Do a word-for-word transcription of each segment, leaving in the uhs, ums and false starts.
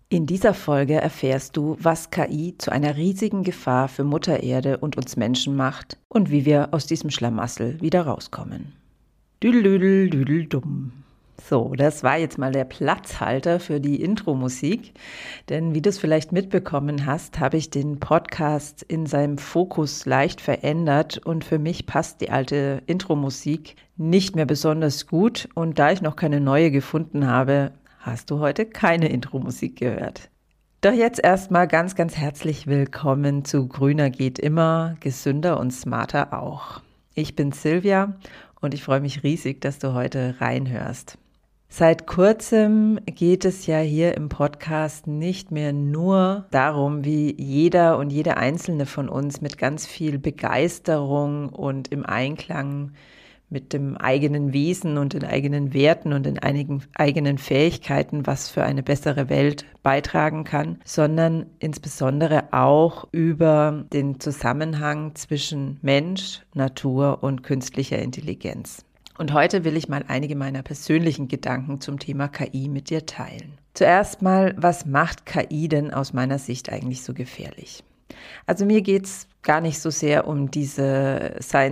In dieser Folge erfährst du, was K I zu einer riesigen Gefahr für Mutter Erde und uns Menschen macht und wie wir aus diesem Schlamassel wieder rauskommen. Düdelüdel, düdeldumm. So, das war jetzt mal der Platzhalter für die Intro-Musik, denn wie du es vielleicht mitbekommen hast, habe ich den Podcast in seinem Fokus leicht verändert und für mich passt die alte Intro-Musik nicht mehr besonders gut und da ich noch keine neue gefunden habe, hast du heute keine Intro-Musik gehört. Doch jetzt erstmal ganz, ganz herzlich willkommen zu Grüner geht immer, gesünder und smarter auch. Ich bin Silvia und ich freue mich riesig, dass du heute reinhörst. Seit kurzem geht es ja hier im Podcast nicht mehr nur darum, wie jeder und jede einzelne von uns mit ganz viel Begeisterung und im Einklang mit dem eigenen Wesen und den eigenen Werten und den einigen eigenen Fähigkeiten, was für eine bessere Welt beitragen kann, sondern insbesondere auch über den Zusammenhang zwischen Mensch, Natur und künstlicher Intelligenz. Und heute will ich mal einige meiner persönlichen Gedanken zum Thema K I mit dir teilen. Zuerst mal, was macht K I denn aus meiner Sicht eigentlich so gefährlich? Also mir geht's gar nicht so sehr um diese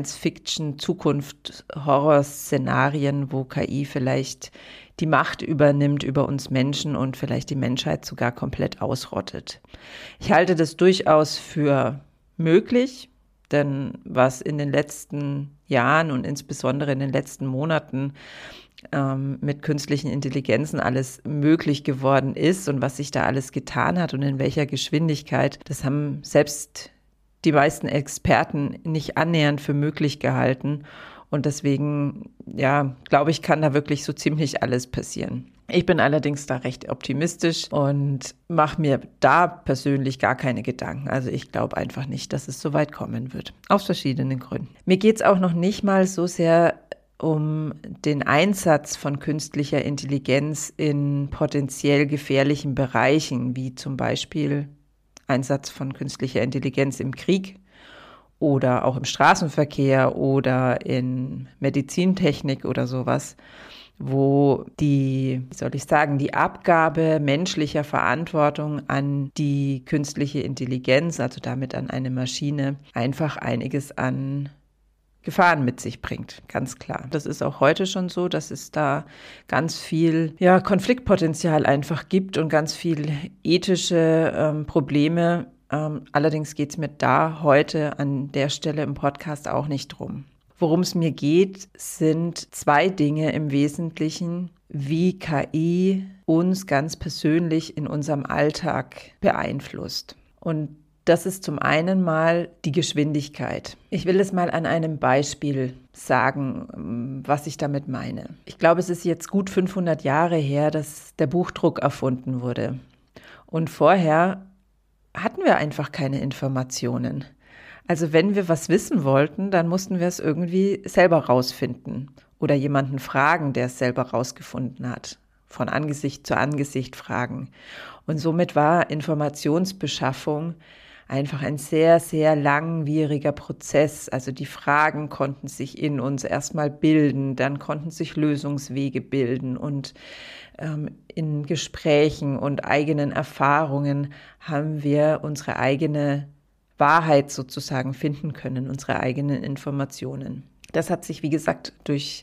Science-Fiction-Zukunft-Horror-Szenarien, wo K I vielleicht die Macht übernimmt über uns Menschen und vielleicht die Menschheit sogar komplett ausrottet. Ich halte das durchaus für möglich, denn was in den letzten Jahren und insbesondere in den letzten Monaten ähm, mit künstlichen Intelligenzen alles möglich geworden ist und was sich da alles getan hat und in welcher Geschwindigkeit, das haben selbst die meisten Experten nicht annähernd für möglich gehalten. Und deswegen, ja, glaube ich, kann da wirklich so ziemlich alles passieren. Ich bin allerdings da recht optimistisch und mache mir da persönlich gar keine Gedanken. Also ich glaube einfach nicht, dass es so weit kommen wird. Aus verschiedenen Gründen. Mir geht es auch noch nicht mal so sehr um den Einsatz von künstlicher Intelligenz in potenziell gefährlichen Bereichen, wie zum Beispiel Einsatz von künstlicher Intelligenz im Krieg oder auch im Straßenverkehr oder in Medizintechnik oder sowas, wo die, wie soll ich sagen, die Abgabe menschlicher Verantwortung an die künstliche Intelligenz, also damit an eine Maschine, einfach einiges an Gefahren mit sich bringt, ganz klar. Das ist auch heute schon so, dass es da ganz viel ja, Konfliktpotenzial einfach gibt und ganz viel ethische ähm, Probleme. Ähm, allerdings geht es mir da heute an der Stelle im Podcast auch nicht drum. Worum es mir geht, sind zwei Dinge im Wesentlichen, wie K I uns ganz persönlich in unserem Alltag beeinflusst. Und das ist zum einen mal die Geschwindigkeit. Ich will es mal an einem Beispiel sagen, was ich damit meine. Ich glaube, es ist jetzt gut fünfhundert Jahre her, dass der Buchdruck erfunden wurde. Und vorher hatten wir einfach keine Informationen. Also wenn wir was wissen wollten, dann mussten wir es irgendwie selber rausfinden oder jemanden fragen, der es selber rausgefunden hat. Von Angesicht zu Angesicht fragen. Und somit war Informationsbeschaffung einfach ein sehr, sehr langwieriger Prozess. Also die Fragen konnten sich in uns erstmal bilden, dann konnten sich Lösungswege bilden und ähm, in Gesprächen und eigenen Erfahrungen haben wir unsere eigene Wahrheit sozusagen finden können, unsere eigenen Informationen. Das hat sich, wie gesagt, durch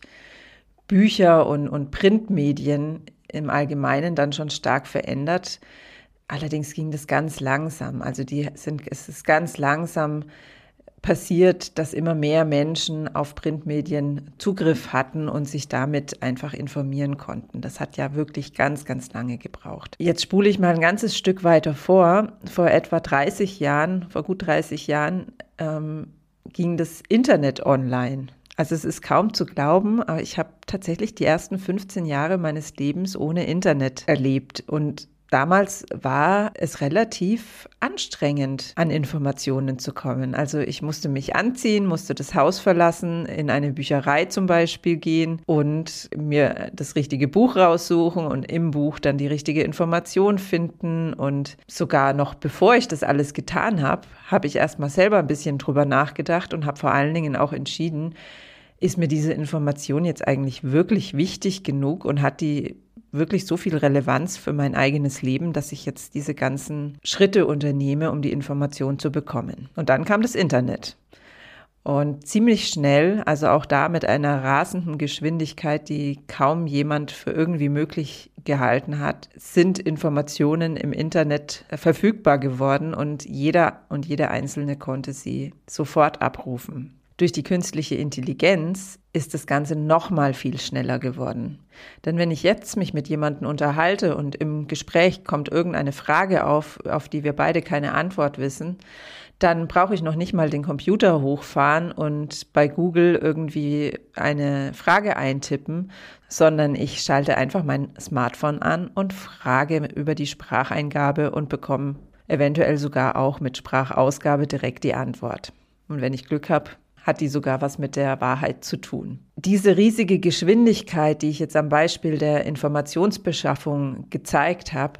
Bücher und, und Printmedien im Allgemeinen dann schon stark verändert. Allerdings ging das ganz langsam. Also die sind, es ist ganz langsam passiert, dass immer mehr Menschen auf Printmedien Zugriff hatten und sich damit einfach informieren konnten. Das hat ja wirklich ganz, ganz lange gebraucht. Jetzt spule ich mal ein ganzes Stück weiter vor. Vor etwa dreißig Jahren, vor gut dreißig Jahren, ähm, ging das Internet online. Also es ist kaum zu glauben, aber ich habe tatsächlich die ersten fünfzehn Jahre meines Lebens ohne Internet erlebt und damals war es relativ anstrengend, an Informationen zu kommen. Also ich musste mich anziehen, musste das Haus verlassen, in eine Bücherei zum Beispiel gehen und mir das richtige Buch raussuchen und im Buch dann die richtige Information finden. Und sogar noch bevor ich das alles getan habe, habe ich erst mal selber ein bisschen drüber nachgedacht und habe vor allen Dingen auch entschieden, ist mir diese Information jetzt eigentlich wirklich wichtig genug und hat die wirklich so viel Relevanz für mein eigenes Leben, dass ich jetzt diese ganzen Schritte unternehme, um die Information zu bekommen. Und dann kam das Internet. Und ziemlich schnell, also auch da mit einer rasenden Geschwindigkeit, die kaum jemand für irgendwie möglich gehalten hat, sind Informationen im Internet verfügbar geworden und jeder und jede Einzelne konnte sie sofort abrufen. Durch die künstliche Intelligenz ist das Ganze noch mal viel schneller geworden. Denn wenn ich jetzt mich mit jemandem unterhalte und im Gespräch kommt irgendeine Frage auf, auf die wir beide keine Antwort wissen, dann brauche ich noch nicht mal den Computer hochfahren und bei Google irgendwie eine Frage eintippen, sondern ich schalte einfach mein Smartphone an und frage über die Spracheingabe und bekomme eventuell sogar auch mit Sprachausgabe direkt die Antwort. Und wenn ich Glück habe, hat die sogar was mit der Wahrheit zu tun. Diese riesige Geschwindigkeit, die ich jetzt am Beispiel der Informationsbeschaffung gezeigt habe,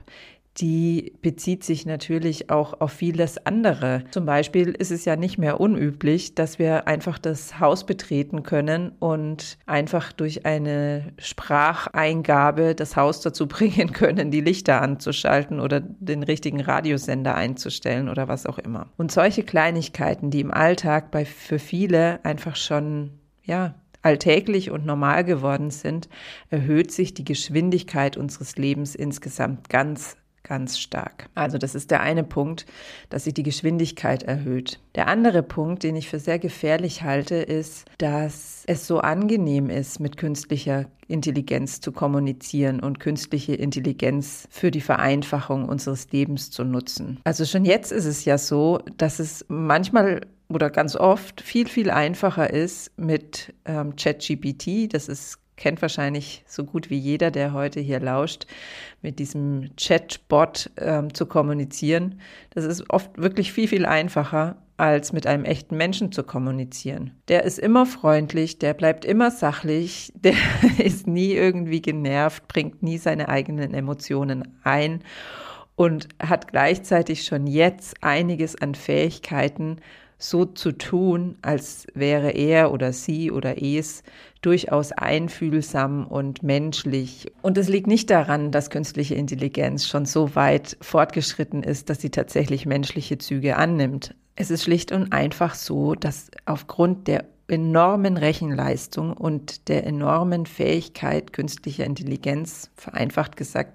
die bezieht sich natürlich auch auf vieles andere. Zum Beispiel ist es ja nicht mehr unüblich, dass wir einfach das Haus betreten können und einfach durch eine Spracheingabe das Haus dazu bringen können, die Lichter anzuschalten oder den richtigen Radiosender einzustellen oder was auch immer. Und solche Kleinigkeiten, die im Alltag bei für viele einfach schon, ja, alltäglich und normal geworden sind, erhöht sich die Geschwindigkeit unseres Lebens insgesamt ganz Ganz stark. Also das ist der eine Punkt, dass sich die Geschwindigkeit erhöht. Der andere Punkt, den ich für sehr gefährlich halte, ist, dass es so angenehm ist, mit künstlicher Intelligenz zu kommunizieren und künstliche Intelligenz für die Vereinfachung unseres Lebens zu nutzen. Also schon jetzt ist es ja so, dass es manchmal oder ganz oft viel, viel einfacher ist mit ähm, ChatGPT, das ist kennt wahrscheinlich so gut wie jeder, der heute hier lauscht, mit diesem Chatbot ähm, zu kommunizieren. Das ist oft wirklich viel, viel einfacher, als mit einem echten Menschen zu kommunizieren. Der ist immer freundlich, der bleibt immer sachlich, der ist nie irgendwie genervt, bringt nie seine eigenen Emotionen ein und hat gleichzeitig schon jetzt einiges an Fähigkeiten, so zu tun, als wäre er oder sie oder es durchaus einfühlsam und menschlich. Und es liegt nicht daran, dass künstliche Intelligenz schon so weit fortgeschritten ist, dass sie tatsächlich menschliche Züge annimmt. Es ist schlicht und einfach so, dass aufgrund der enormen Rechenleistung und der enormen Fähigkeit künstlicher Intelligenz, vereinfacht gesagt,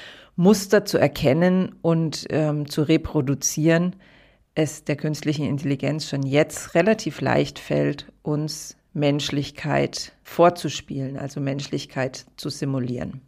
Muster zu erkennen und ähm, zu reproduzieren, es der künstlichen Intelligenz schon jetzt relativ leicht fällt, uns Menschlichkeit vorzuspielen, also Menschlichkeit zu simulieren.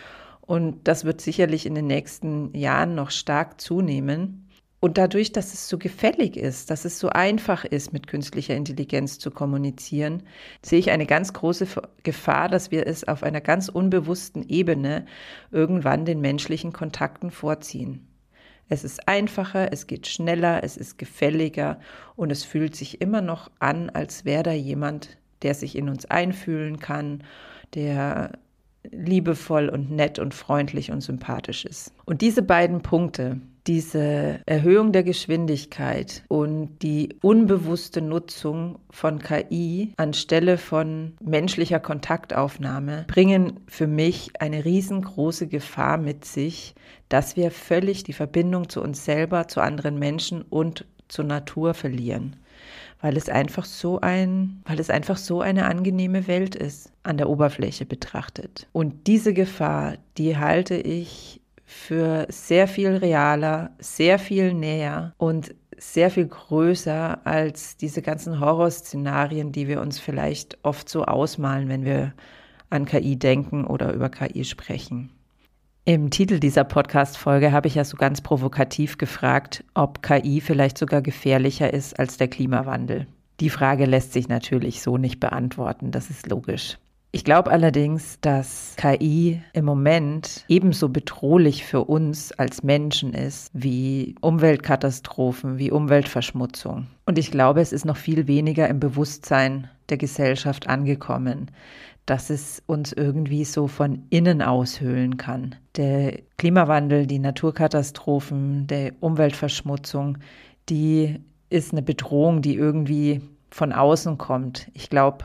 Und das wird sicherlich in den nächsten Jahren noch stark zunehmen. Und dadurch, dass es so gefällig ist, dass es so einfach ist, mit künstlicher Intelligenz zu kommunizieren, sehe ich eine ganz große Gefahr, dass wir es auf einer ganz unbewussten Ebene irgendwann den menschlichen Kontakten vorziehen. Es ist einfacher, es geht schneller, es ist gefälliger und es fühlt sich immer noch an, als wäre da jemand, der sich in uns einfühlen kann, der liebevoll und nett und freundlich und sympathisch ist. Und diese beiden Punkte, diese Erhöhung der Geschwindigkeit und die unbewusste Nutzung von K I anstelle von menschlicher Kontaktaufnahme bringen für mich eine riesengroße Gefahr mit sich, dass wir völlig die Verbindung zu uns selber, zu anderen Menschen und zur Natur verlieren. Weil es einfach so ein, weil es einfach so eine angenehme Welt ist, an der Oberfläche betrachtet. Und diese Gefahr, die halte ich für sehr viel realer, sehr viel näher und sehr viel größer als diese ganzen Horrorszenarien, die wir uns vielleicht oft so ausmalen, wenn wir an K I denken oder über K I sprechen. Im Titel dieser Podcast-Folge habe ich ja so ganz provokativ gefragt, ob K I vielleicht sogar gefährlicher ist als der Klimawandel. Die Frage lässt sich natürlich so nicht beantworten, das ist logisch. Ich glaube allerdings, dass K I im Moment ebenso bedrohlich für uns als Menschen ist wie Umweltkatastrophen, wie Umweltverschmutzung. Und ich glaube, es ist noch viel weniger im Bewusstsein der Gesellschaft angekommen, dass es uns irgendwie so von innen aushöhlen kann. Der Klimawandel, die Naturkatastrophen, der Umweltverschmutzung, die ist eine Bedrohung, die irgendwie von außen kommt. Ich glaube,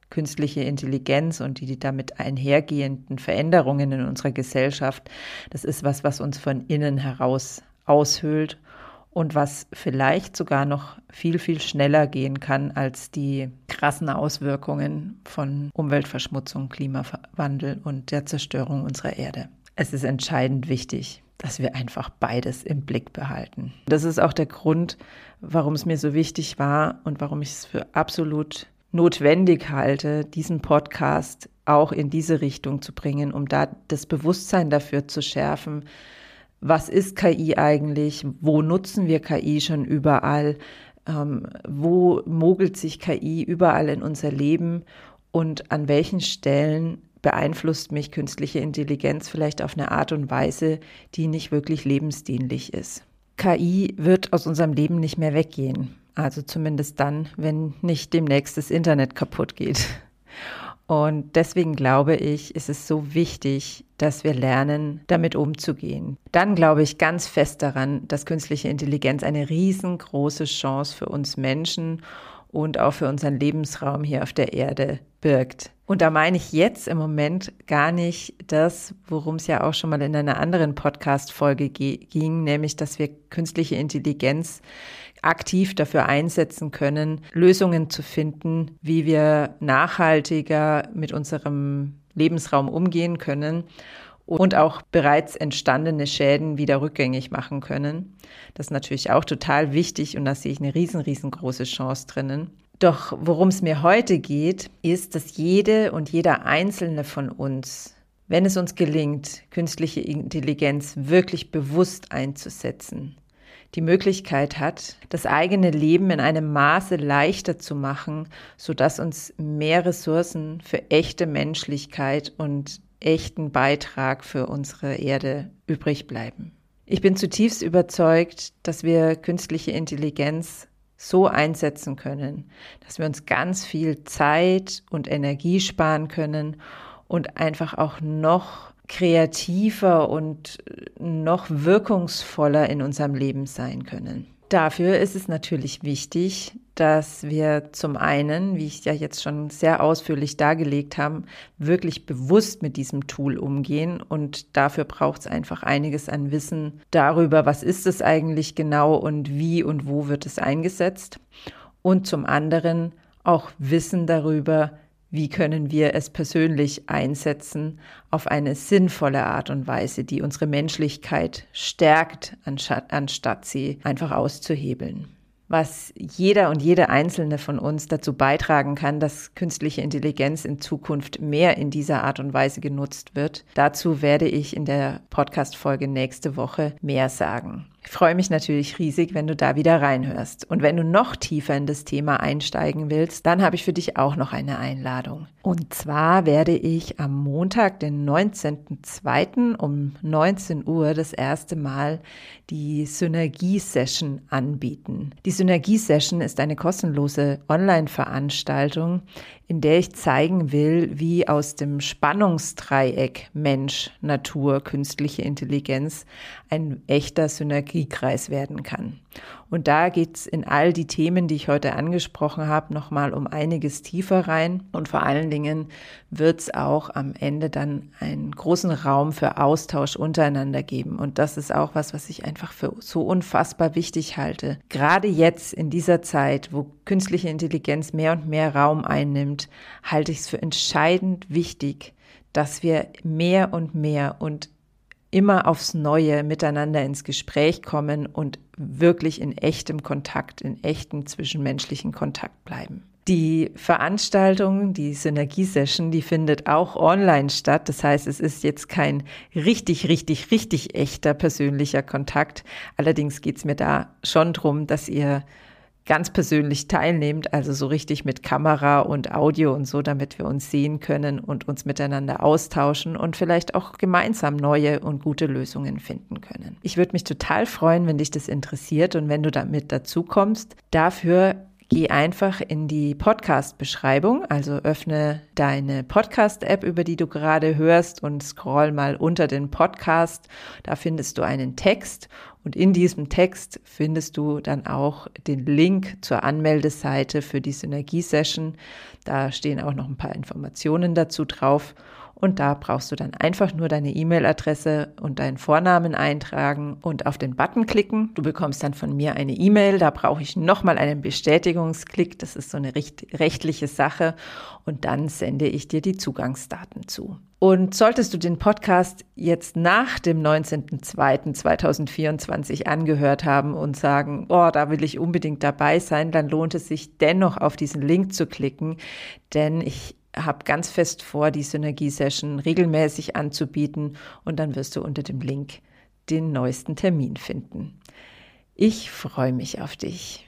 künstliche Intelligenz und die damit einhergehenden Veränderungen in unserer Gesellschaft, das ist was, was uns von innen heraus aushöhlt und was vielleicht sogar noch viel, viel schneller gehen kann als die krassen Auswirkungen von Umweltverschmutzung, Klimawandel und der Zerstörung unserer Erde. Es ist entscheidend wichtig, dass wir einfach beides im Blick behalten. Das ist auch der Grund, warum es mir so wichtig war und warum ich es für absolut notwendig halte, diesen Podcast auch in diese Richtung zu bringen, um da das Bewusstsein dafür zu schärfen, was ist K I eigentlich, wo nutzen wir K I schon überall, ähm, wo mogelt sich K I überall in unser Leben und an welchen Stellen beeinflusst mich künstliche Intelligenz vielleicht auf eine Art und Weise, die nicht wirklich lebensdienlich ist. K I wird aus unserem Leben nicht mehr weggehen. Also zumindest dann, wenn nicht demnächst das Internet kaputt geht. Und deswegen glaube ich, ist es so wichtig, dass wir lernen, damit umzugehen. Dann glaube ich ganz fest daran, dass künstliche Intelligenz eine riesengroße Chance für uns Menschen und auch für unseren Lebensraum hier auf der Erde birgt. Und da meine ich jetzt im Moment gar nicht das, worum es ja auch schon mal in einer anderen Podcast-Folge ge- ging, nämlich, dass wir künstliche Intelligenz aktiv dafür einsetzen können, Lösungen zu finden, wie wir nachhaltiger mit unserem Lebensraum umgehen können und auch bereits entstandene Schäden wieder rückgängig machen können. Das ist natürlich auch total wichtig und da sehe ich eine riesen, riesengroße Chance drinnen. Doch worum es mir heute geht, ist, dass jede und jeder Einzelne von uns, wenn es uns gelingt, künstliche Intelligenz wirklich bewusst einzusetzen, die Möglichkeit hat, das eigene Leben in einem Maße leichter zu machen, sodass uns mehr Ressourcen für echte Menschlichkeit und echten Beitrag für unsere Erde übrig bleiben. Ich bin zutiefst überzeugt, dass wir künstliche Intelligenz so einsetzen können, dass wir uns ganz viel Zeit und Energie sparen können und einfach auch noch kreativer und noch wirkungsvoller in unserem Leben sein können. Dafür ist es natürlich wichtig, dass wir zum einen, wie ich ja jetzt schon sehr ausführlich dargelegt habe, wirklich bewusst mit diesem Tool umgehen und dafür braucht es einfach einiges an Wissen darüber, was ist es eigentlich genau und wie und wo wird es eingesetzt und zum anderen auch Wissen darüber, wie können wir es persönlich einsetzen auf eine sinnvolle Art und Weise, die unsere Menschlichkeit stärkt, anstatt, anstatt sie einfach auszuhebeln. Was jeder und jede Einzelne von uns dazu beitragen kann, dass künstliche Intelligenz in Zukunft mehr in dieser Art und Weise genutzt wird, dazu werde ich in der Podcast-Folge nächste Woche mehr sagen. Ich freue mich natürlich riesig, wenn du da wieder reinhörst. Und wenn du noch tiefer in das Thema einsteigen willst, dann habe ich für dich auch noch eine Einladung. Und zwar werde ich am Montag, den neunzehnten zweiten um neunzehn Uhr das erste Mal die Synergie-Session anbieten. Die Synergie-Session ist eine kostenlose Online-Veranstaltung, in der ich zeigen will, wie aus dem Spannungsdreieck Mensch, Natur, künstliche Intelligenz ein echter Synergiekreis werden kann. Und da geht's in all die Themen, die ich heute angesprochen habe, nochmal um einiges tiefer rein. Und vor allen Dingen wird's auch am Ende dann einen großen Raum für Austausch untereinander geben. Und das ist auch was, was ich einfach für so unfassbar wichtig halte. Gerade jetzt in dieser Zeit, wo künstliche Intelligenz mehr und mehr Raum einnimmt, halte ich es für entscheidend wichtig, dass wir mehr und mehr und immer aufs Neue miteinander ins Gespräch kommen und wirklich in echtem Kontakt, in echten zwischenmenschlichen Kontakt bleiben. Die Veranstaltung, die Synergie-Session, die findet auch online statt. Das heißt, es ist jetzt kein richtig, richtig, richtig echter persönlicher Kontakt. Allerdings geht es mir da schon drum, dass ihr ganz persönlich teilnehmt, also so richtig mit Kamera und Audio und so, damit wir uns sehen können und uns miteinander austauschen und vielleicht auch gemeinsam neue und gute Lösungen finden können. Ich würde mich total freuen, wenn dich das interessiert und wenn du damit dazu kommst. Dafür Geh einfach in die Podcast-Beschreibung, also öffne deine Podcast-App, über die du gerade hörst und scroll mal unter den Podcast. Da findest du einen Text und in diesem Text findest du dann auch den Link zur Anmeldeseite für die Synergie-Session. Da stehen auch noch ein paar Informationen dazu drauf. Und da brauchst du dann einfach nur deine E-Mail-Adresse und deinen Vornamen eintragen und auf den Button klicken. Du bekommst dann von mir eine E-Mail, da brauche ich nochmal einen Bestätigungsklick. Das ist so eine rechtliche Sache und dann sende ich dir die Zugangsdaten zu. Und solltest du den Podcast jetzt nach dem neunzehnten zweiten zweitausendvierundzwanzig angehört haben und sagen, oh, da will ich unbedingt dabei sein, dann lohnt es sich dennoch auf diesen Link zu klicken, denn ich habe ganz fest vor, die Synergie-Session regelmäßig anzubieten und dann wirst du unter dem Link den neuesten Termin finden. Ich freue mich auf dich.